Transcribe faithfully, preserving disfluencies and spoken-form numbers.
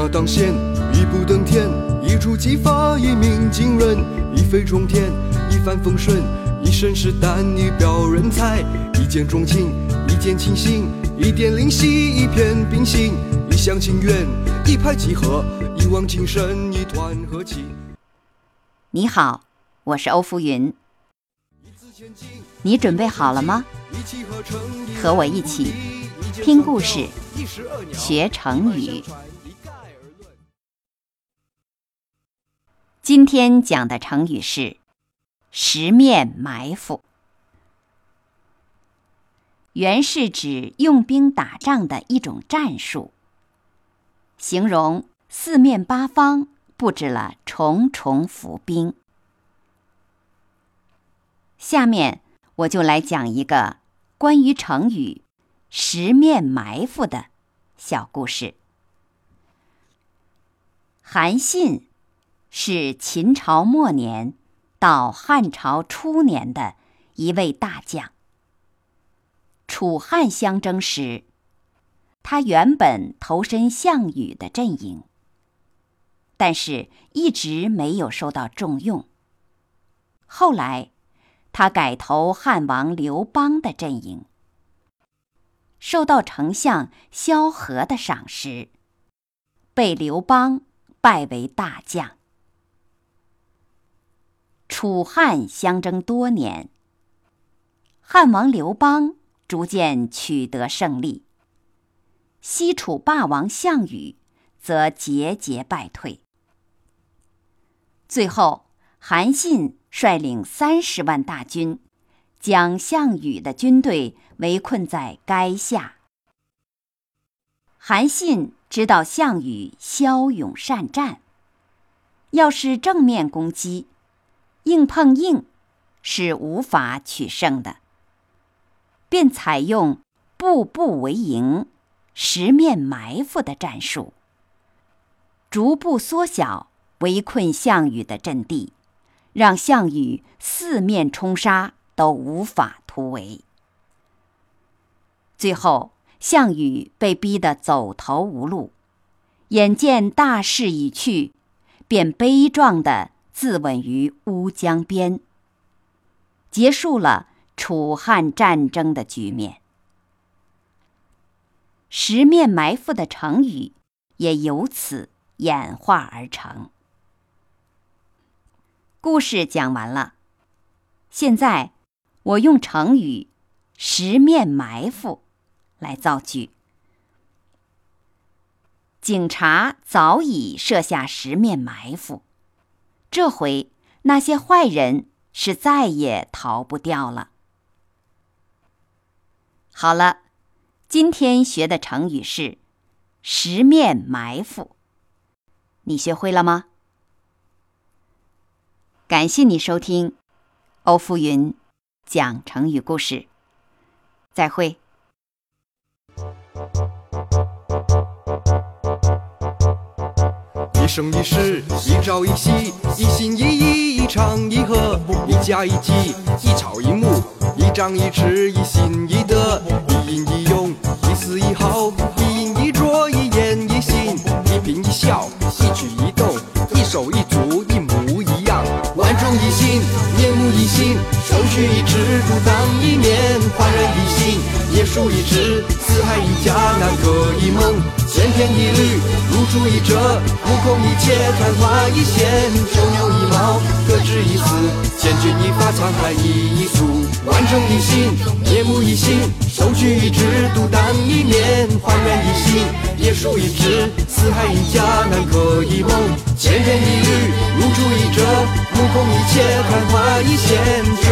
马当先，一步登天，一触即发，一鸣惊人，一飞冲天，一帆风顺，一身是胆，一表人才，一见钟情，一见倾心，一点灵犀，一片冰心，一厢情愿，一拍即合，一往情深，一团和气。 你好，我是欧福云，你准备好了吗？和我一起听故事，学成语。今天讲的成语是十面埋伏，原是指用兵打仗的一种战术，形容四面八方布置了重重伏兵。下面我就来讲一个关于成语十面埋伏的小故事。韩信是秦朝末年到汉朝初年的一位大将。楚汉相争时，他原本投身项羽的阵营，但是一直没有受到重用。后来他改投汉王刘邦的阵营，受到丞相萧何的赏识，被刘邦拜为大将。楚汉相争多年，汉王刘邦逐渐取得胜利，西楚霸王项羽则节节败退。最后韩信率领三十万大军，将项羽的军队围困在垓下。韩信知道项羽骁勇善战，要是正面攻击，硬碰硬是无法取胜的，便采用步步为营、十面埋伏的战术，逐步缩小围困项羽的阵地，让项羽四面冲杀都无法突围。最后项羽被逼得走投无路，眼见大势已去，便悲壮地自刎于乌江边，结束了楚汉战争的局面。十面埋伏的成语也由此演化而成。故事讲完了，现在我用成语十面埋伏来造句。警察早已设下十面埋伏，这回那些坏人是再也逃不掉了。好了，今天学的成语是十面埋伏，你学会了吗？感谢你收听欧福云讲成语故事，再会。 一生一世，一朝一夕，一心一意，一唱一和，一家一计，一草一木，一张一弛，一心一德，一阴一用，一丝一毫，一饮一啄，一言一行，一颦一笑，一举一动，一手一足，一模一样，万众一心，面目一新，手取一指，独当一面，焕然一新，叶树一枝，四海一家，南柯一梦，千篇一律，如出一辙，目空一切，昙花一现，九牛一毛，各执一词，千钧一发，沧海一粟，万众一心，面目一新，手取一指，独当一面，焕然一新，叶树一枝，四海一家，南柯一梦，千篇一律，如出一辙，目空一切，昙花一现。